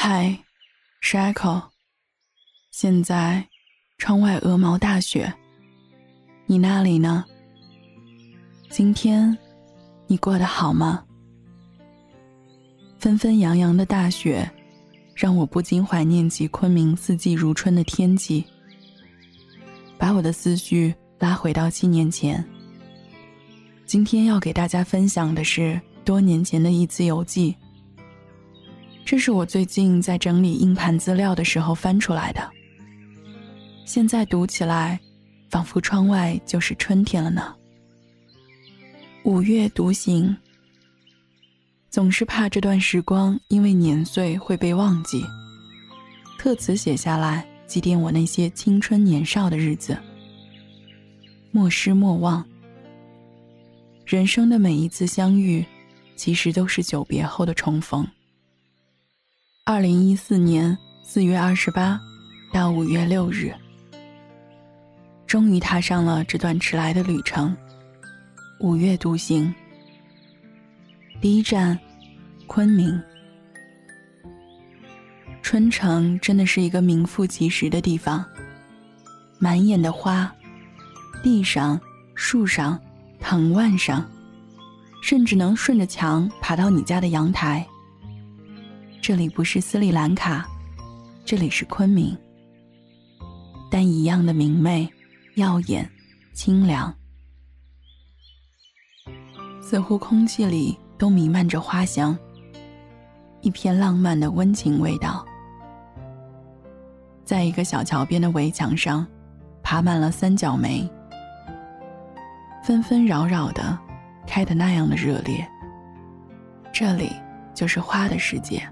嗨，是 Echo。现在窗外鹅毛大雪，你那里呢？今天你过得好吗？纷纷扬扬的大雪让我不禁怀念起昆明四季如春的天气，把我的思绪拉回到7年前。今天要给大家分享的是多年前的一次游记，这是我最近在整理硬盘资料的时候翻出来的，现在读起来仿佛窗外就是春天了呢。5月独行，总是怕这段时光因为年岁会被忘记，特此写下来祭奠我那些青春年少的日子。莫失莫忘，人生的每一次相遇其实都是久别后的重逢。2014年4月28到5月6日，终于踏上了这段迟来的旅程。5月独行，第一站昆明。春城真的是一个名副其实的地方，满眼的花，地上、树上、藤蔓上，甚至能顺着墙爬到你家的阳台。这里不是斯里兰卡，这里是昆明，但一样的明媚、耀眼、清凉，似乎空气里都弥漫着花香，一片浪漫的温情味道。在一个小桥边的围墙上爬满了三角梅，纷纷扰扰的开得那样的热烈。这里就是花的世界。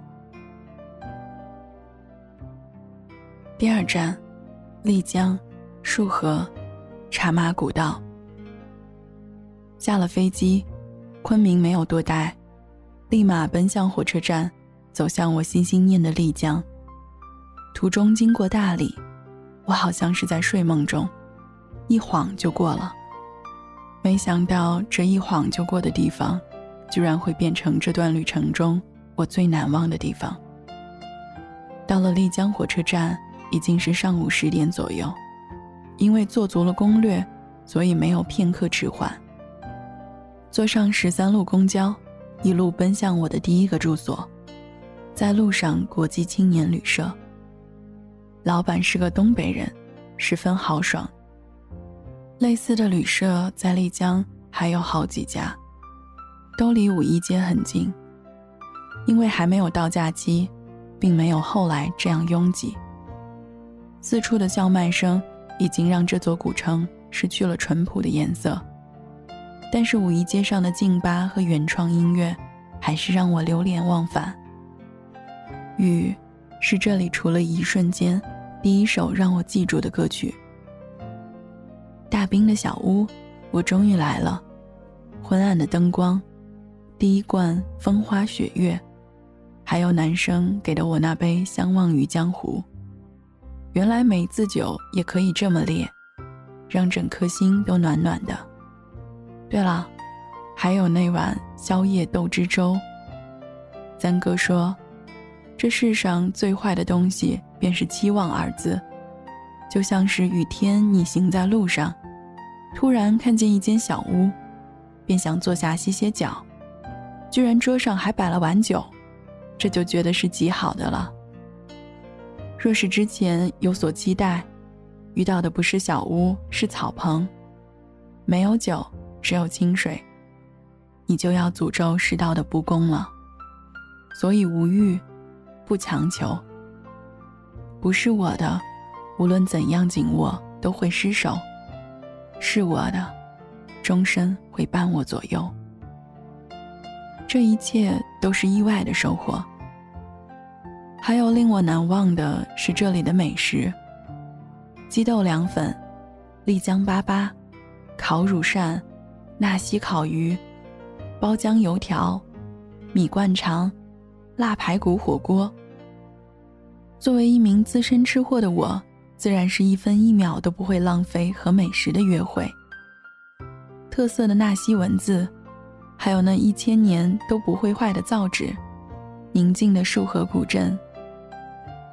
第二站丽江、束河、茶马古道。下了飞机，昆明没有多待，立马奔向火车站，走向我心心念的丽江。途中经过大理，我好像是在睡梦中，一晃就过了。没想到这一晃就过的地方，居然会变成这段旅程中我最难忘的地方。到了丽江火车站，已经是上午10点左右，因为做足了攻略，所以没有片刻迟缓。坐上13路公交，一路奔向我的第一个住所，在路上国际青年旅社。老板是个东北人，十分豪爽。类似的旅社在丽江还有好几家，都离五一街很近，因为还没有到假期，并没有后来这样拥挤。四处的叫卖声已经让这座古城失去了淳朴的颜色，但是五一街上的劲吧和原创音乐还是让我流连忘返。雨是这里除了一瞬间第一首让我记住的歌曲。大冰的小屋，我终于来了。昏暗的灯光，第一罐风花雪月，还有男生给的我那杯相忘于江湖。原来梅子酒也可以这么烈，让整颗心都暖暖的。对了，还有那碗宵夜豆汁粥。三哥说，这世上最坏的东西便是期望二字，就像是雨天你行在路上，突然看见一间小屋，便想坐下歇歇脚，居然桌上还摆了碗酒，这就觉得是极好的了。若是之前有所期待，遇到的不是小屋，是草棚，没有酒，只有清水，你就要诅咒世道的不公了。所以无欲，不强求。不是我的，无论怎样紧握都会失手，是我的，终身会伴我左右。这一切都是意外的收获。还有令我难忘的是这里的美食，鸡豆凉粉、丽江粑粑、烤乳扇、纳西烤鱼、包浆油条、米灌肠、辣排骨火锅。作为一名资深吃货的我，自然是1分1秒都不会浪费和美食的约会。特色的纳西文字，还有那1000年都不会坏的造纸，宁静的束河古镇，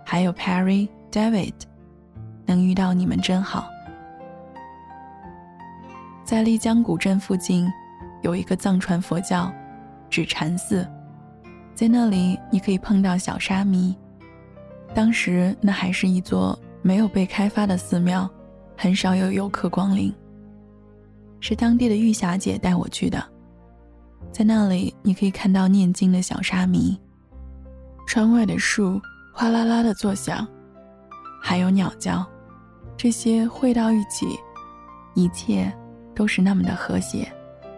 还有 Perry、David， 能遇到你们真好。在丽江古镇附近有一个藏传佛教指禅寺，在那里你可以碰到小沙弥。当时那还是一座没有被开发的寺庙，很少有游客光临，是当地的玉霞姐带我去的。在那里你可以看到念经的小沙弥，窗外的树哗啦啦地作响，还有鸟叫，这些汇到一起，一切都是那么的和谐。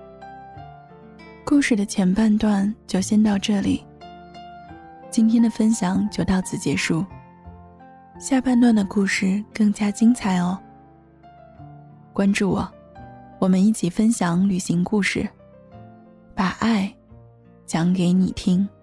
故事的前半段就先到这里，今天的分享就到此结束，下半段的故事更加精彩哦。关注我，我们一起分享旅行故事，把爱讲给你听。